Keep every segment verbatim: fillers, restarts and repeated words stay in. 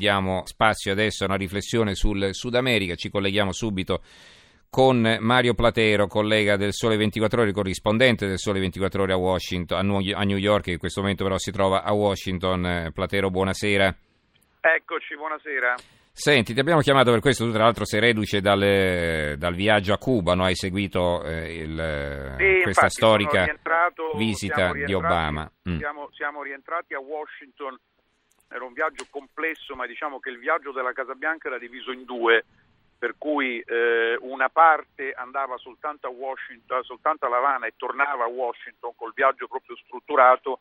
diamo spazio adesso a una riflessione sul Sud America. Ci colleghiamo subito con Mario Platero, collega del Sole ventiquattro Ore, corrispondente del Sole ventiquattro Ore a Washington, a New York, che in questo momento però si trova a Washington. Platero, buonasera. Eccoci, buonasera. Senti, ti abbiamo chiamato per questo, tu tra l'altro sei reduce dal, dal viaggio a Cuba, no? Hai seguito eh, il, sì, questa storica visita di Obama. Mm. Siamo, siamo rientrati a Washington, era un viaggio complesso, ma diciamo che il viaggio della Casa Bianca era diviso in due, per cui eh, una parte andava soltanto a Washington, soltanto a La Habana e tornava a Washington col viaggio proprio strutturato.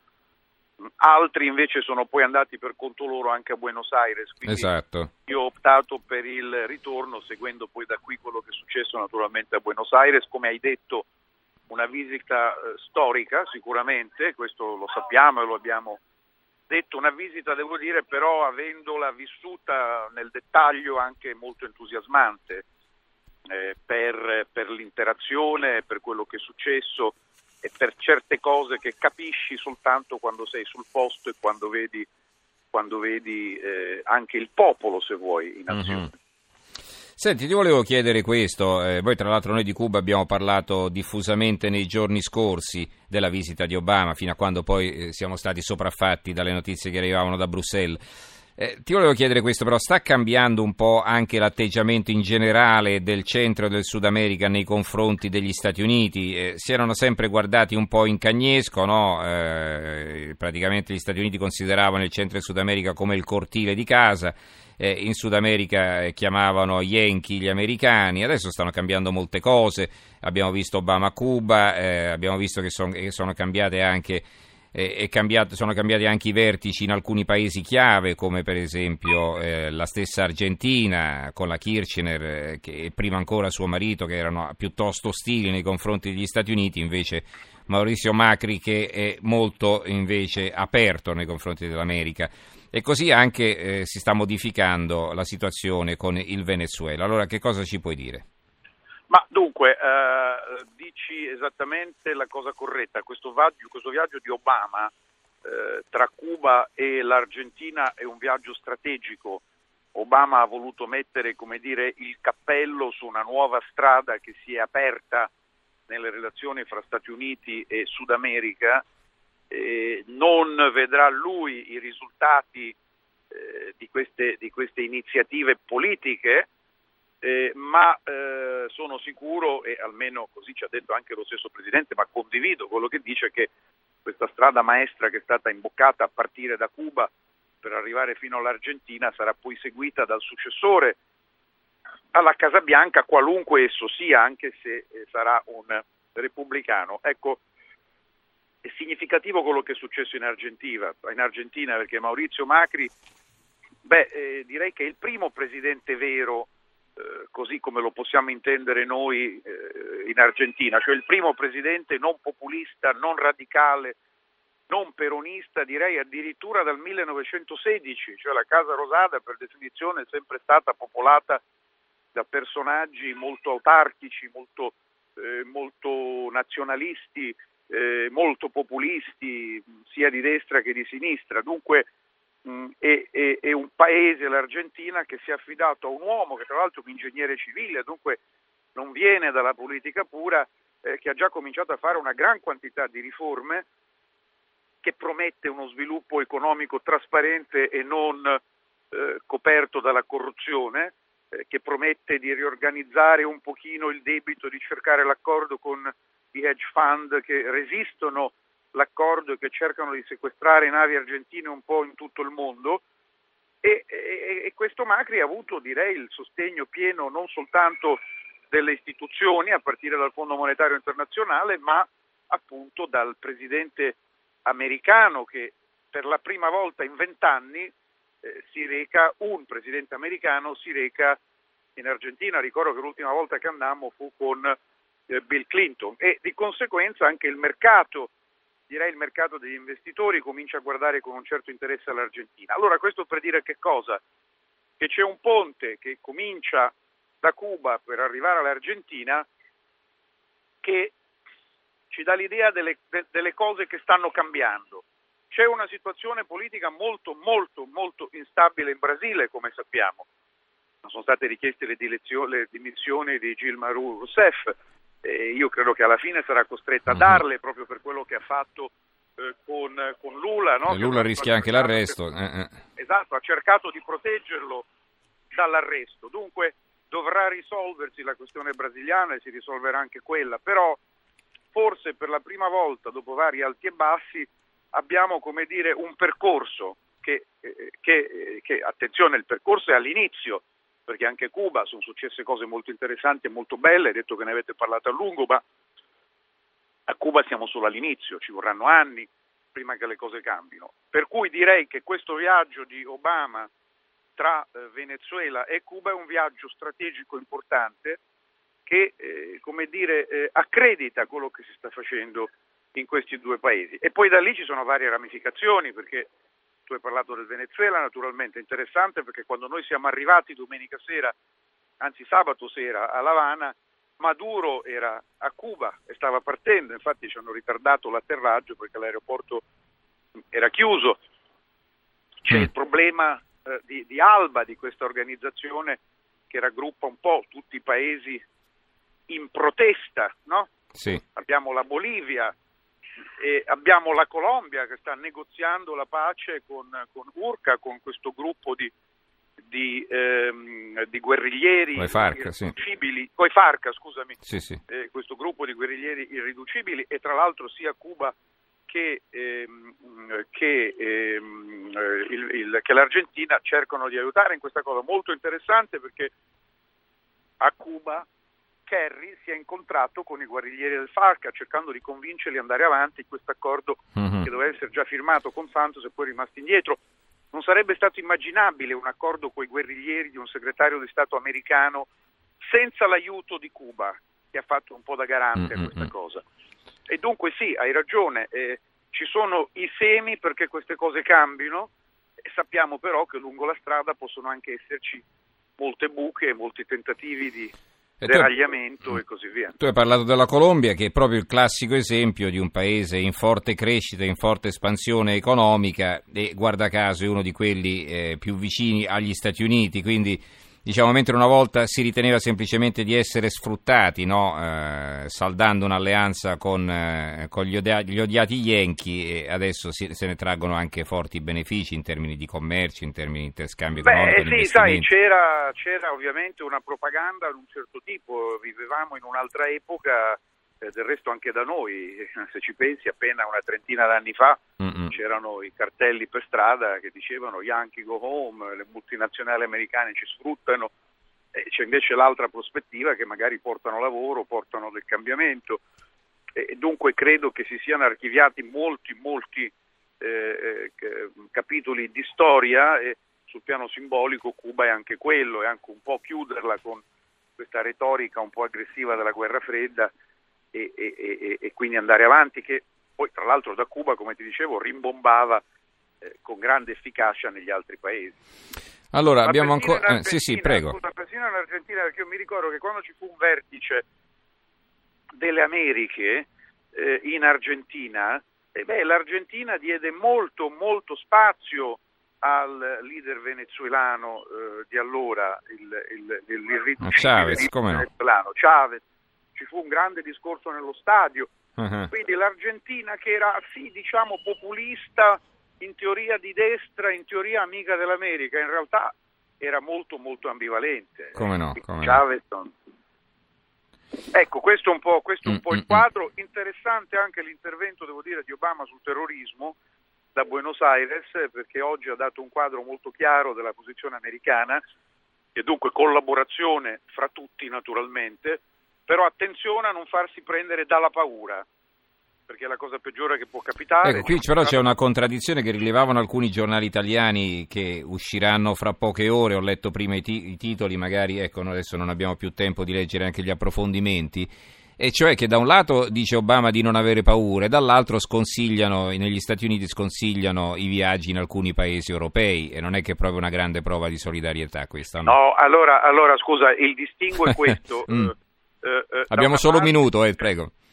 Altri invece sono poi andati per conto loro anche a Buenos Aires, quindi esatto. Io ho optato per il ritorno, seguendo poi da qui quello che è successo naturalmente a Buenos Aires. Come hai detto, una visita eh, storica sicuramente, questo lo sappiamo e lo abbiamo detto, una visita, devo dire, però avendola vissuta nel dettaglio anche molto entusiasmante eh, per, per l'interazione, per quello che è successo e per certe cose che capisci soltanto quando sei sul posto e quando vedi, quando vedi eh, anche il popolo, se vuoi, in azione. Mm-hmm. Senti, ti volevo chiedere questo, eh, poi tra l'altro noi di Cuba abbiamo parlato diffusamente nei giorni scorsi della visita di Obama, fino a quando poi eh, siamo stati sopraffatti dalle notizie che arrivavano da Bruxelles. Eh, ti volevo chiedere questo, però sta cambiando un po' anche l'atteggiamento in generale del centro e del Sud America nei confronti degli Stati Uniti? Eh, si erano sempre guardati un po' in cagnesco, no? Eh, praticamente gli Stati Uniti consideravano il centro e il Sud America come il cortile di casa, eh, in Sud America eh, chiamavano Yankee gli americani. Adesso stanno cambiando molte cose, abbiamo visto Obama a Cuba, eh, abbiamo visto che, son, che sono cambiate anche È cambiato, sono cambiati anche i vertici in alcuni paesi chiave, come per esempio eh, la stessa Argentina con la Kirchner eh, che, e prima ancora suo marito, che erano piuttosto ostili nei confronti degli Stati Uniti, invece Mauricio Macri che è molto invece aperto nei confronti dell'America. E così anche eh, si sta modificando la situazione con il Venezuela. Allora, che cosa ci puoi dire? Ma dunque, eh, dici esattamente la cosa corretta. Questo viaggio, questo viaggio di Obama eh, tra Cuba e l'Argentina è un viaggio strategico. Obama ha voluto mettere, come dire, il cappello su una nuova strada che si è aperta nelle relazioni fra Stati Uniti e Sud America. Eh, non vedrà lui i risultati eh, di queste, di queste iniziative politiche, Eh, ma eh, sono sicuro, e almeno così ci ha detto anche lo stesso Presidente, ma condivido quello che dice, che questa strada maestra che è stata imboccata a partire da Cuba per arrivare fino all'Argentina sarà poi seguita dal successore alla Casa Bianca, qualunque esso sia, anche se eh, sarà un repubblicano. Ecco, è significativo quello che è successo in Argentina, in Argentina perché Maurizio Macri, beh, eh, direi che è il primo presidente vero, così come lo possiamo intendere noi eh, in Argentina, cioè il primo presidente non populista, non radicale, non peronista, direi addirittura dal millenovecentosedici, cioè la Casa Rosada per definizione è sempre stata popolata da personaggi molto autarchici, molto, eh, molto nazionalisti, eh, molto populisti, sia di destra che di sinistra. Dunque È, è, è un paese, l'Argentina, che si è affidato a un uomo che tra l'altro è un ingegnere civile, dunque non viene dalla politica pura, eh, che ha già cominciato a fare una gran quantità di riforme, che promette uno sviluppo economico trasparente e non eh, coperto dalla corruzione, eh, che promette di riorganizzare un pochino il debito, di cercare l'accordo con i hedge fund che resistono l'accordo e che cercano di sequestrare navi argentine un po' in tutto il mondo, e, e, e questo Macri ha avuto, direi, il sostegno pieno non soltanto delle istituzioni, a partire dal Fondo Monetario Internazionale, ma appunto dal presidente americano, che per la prima volta in vent'anni eh, si reca, un presidente americano si reca in Argentina. Ricordo che l'ultima volta che andammo fu con eh, Bill Clinton, e di conseguenza anche il mercato, direi il mercato degli investitori, comincia a guardare con un certo interesse all'Argentina. Allora, questo per dire che cosa? Che c'è un ponte che comincia da Cuba per arrivare all'Argentina, che ci dà l'idea delle, de, delle cose che stanno cambiando. C'è una situazione politica molto, molto, molto instabile in Brasile, come sappiamo. Sono state richieste le, le dimissioni di Dilma Rousseff, e io credo che alla fine sarà costretta a darle proprio per quello che ha fatto eh, con, con Lula. No? E Lula rischia anche l'arresto. Per... Eh, eh. Esatto, ha cercato di proteggerlo dall'arresto. Dunque dovrà risolversi la questione brasiliana e si risolverà anche quella, però forse per la prima volta dopo vari alti e bassi abbiamo, come dire, un percorso che, eh, che, eh, che attenzione, il percorso è all'inizio, perché anche a Cuba sono successe cose molto interessanti e molto belle, hai detto che ne avete parlato a lungo, ma a Cuba siamo solo all'inizio, ci vorranno anni prima che le cose cambino. Per cui direi che questo viaggio di Obama tra eh, Venezuela e Cuba è un viaggio strategico importante che, eh, come dire, eh, accredita quello che si sta facendo in questi due paesi. E poi da lì ci sono varie ramificazioni, perché tu hai parlato del Venezuela, naturalmente interessante, perché quando noi siamo arrivati domenica sera, anzi sabato sera a La Habana, Maduro era a Cuba e stava partendo, infatti ci hanno ritardato l'atterraggio perché l'aeroporto era chiuso. C'è il problema eh, di, di ALBA, di questa organizzazione che raggruppa un po' tutti i paesi in protesta, no? Sì. Abbiamo la Bolivia, e abbiamo la Colombia che sta negoziando la pace con, con Urca, con questo gruppo di, di, ehm, di guerriglieri coi FARC, irriducibili, sì. coi FARC, scusami, sì, sì. Eh, questo gruppo di guerriglieri irriducibili, e tra l'altro sia Cuba che, ehm, che, ehm, il, il, che l'Argentina cercano di aiutare in questa cosa molto interessante, perché a Cuba Kerry si è incontrato con i guerriglieri del FARC cercando di convincerli ad andare avanti in questo accordo mm-hmm. che doveva essere già firmato con Santos e poi rimasti indietro. Non sarebbe stato immaginabile un accordo con i guerriglieri di un segretario di Stato americano senza l'aiuto di Cuba, che ha fatto un po' da garante mm-hmm. a questa cosa. E dunque sì, hai ragione, eh, ci sono i semi perché queste cose cambino, e sappiamo però che lungo la strada possono anche esserci molte buche e molti tentativi di deragliamento e così via. Tu hai parlato della Colombia, che è proprio il classico esempio di un paese in forte crescita, in forte espansione economica, e guarda caso è uno di quelli eh, più vicini agli Stati Uniti, quindi diciamo, mentre una volta si riteneva semplicemente di essere sfruttati, no? eh, saldando un'alleanza con, eh, con gli, odia- gli odiati Yankee, e adesso si, se ne traggono anche forti benefici in termini di commercio, in termini di interscambio economico. Beh sì, sai, c'era, c'era ovviamente una propaganda di un certo tipo, vivevamo in un'altra epoca, eh, del resto anche da noi, se ci pensi, appena una trentina d'anni fa Mm-mm. c'erano i cartelli per strada che dicevano Yankee go home, le multinazionali americane ci sfruttano, e c'è invece l'altra prospettiva che magari portano lavoro, portano del cambiamento, e dunque credo che si siano archiviati molti, molti eh, capitoli di storia, e sul piano simbolico Cuba è anche quello, è anche un po' chiuderla con questa retorica un po' aggressiva della guerra fredda, E, e, e, e quindi andare avanti, che poi tra l'altro da Cuba, come ti dicevo, rimbombava eh, con grande efficacia negli altri paesi. Allora, ma abbiamo ancora... Eh, sì, sì, prego. Scusa, persino in Argentina, perché io mi ricordo che quando ci fu un vertice delle Americhe eh, in Argentina, eh beh, l'Argentina diede molto, molto spazio al leader venezuelano eh, di allora, il, il, il, il Chavez, come no? venezuelano, Chavez. Ci fu un grande discorso nello stadio, uh-huh. quindi l'Argentina, che era sì diciamo populista, in teoria di destra, in teoria amica dell'America, in realtà era molto molto ambivalente. Come no? Come Chavez, no. Ecco, questo è un po', questo è un po' il quadro. Interessante anche l'intervento, devo dire, di Obama sul terrorismo da Buenos Aires, perché oggi ha dato un quadro molto chiaro della posizione americana, e dunque collaborazione fra tutti naturalmente. Però attenzione a non farsi prendere dalla paura, perché è la cosa peggiore che può capitare. Ecco, qui però c'è una contraddizione che rilevavano alcuni giornali italiani che usciranno fra poche ore. Ho letto prima i, ti- i titoli, magari ecco, noi adesso non abbiamo più tempo di leggere anche gli approfondimenti, e cioè che da un lato dice Obama di non avere paura, e dall'altro sconsigliano, negli Stati Uniti sconsigliano i viaggi in alcuni paesi europei, e non è che è proprio una grande prova di solidarietà questa, no? No, allora, allora scusa, il distinguo è questo. mm. Uh, uh, Abbiamo solo parte, un minuto, eh, prego. Sì,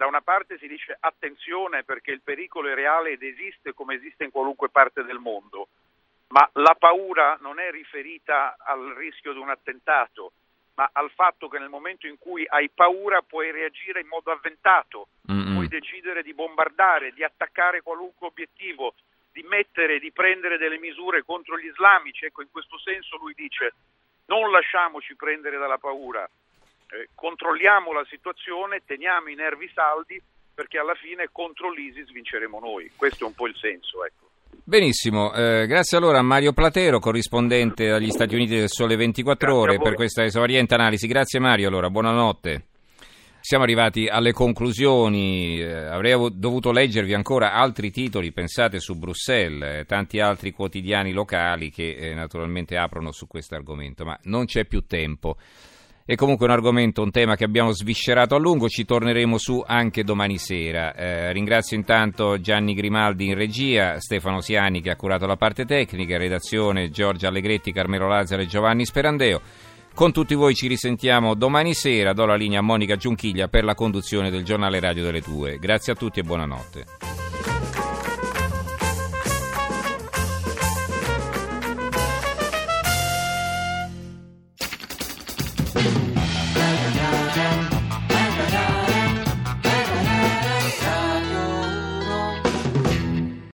da una parte si dice attenzione perché il pericolo è reale ed esiste come esiste in qualunque parte del mondo, ma la paura non è riferita al rischio di un attentato, ma al fatto che nel momento in cui hai paura puoi reagire in modo avventato, mm-hmm. puoi decidere di bombardare, di attaccare qualunque obiettivo, di mettere, di prendere delle misure contro gli islamici. Ecco, in questo senso lui dice non lasciamoci prendere dalla paura, eh, controlliamo la situazione, teniamo i nervi saldi perché alla fine contro l'ISIS vinceremo noi. Questo è un po' il senso, ecco. Benissimo, eh, grazie allora a Mario Platero, corrispondente dagli Stati Uniti del Sole ventiquattro Ore, per questa esauriente analisi. Grazie Mario, allora, buonanotte. Siamo arrivati alle conclusioni, eh, avrei av- dovuto leggervi ancora altri titoli, pensate, su Bruxelles, eh, tanti altri quotidiani locali che eh, naturalmente aprono su questo argomento, ma non c'è più tempo. È comunque un argomento, un tema che abbiamo sviscerato a lungo, ci torneremo su anche domani sera. Eh, ringrazio intanto Gianni Grimaldi in regia, Stefano Siani che ha curato la parte tecnica, redazione Giorgia Allegretti, Carmelo Lazzaro e Giovanni Sperandeo. Con tutti voi ci risentiamo domani sera, do la linea a Monica Giunchiglia per la conduzione del giornale radio delle Due. Grazie a tutti e buonanotte.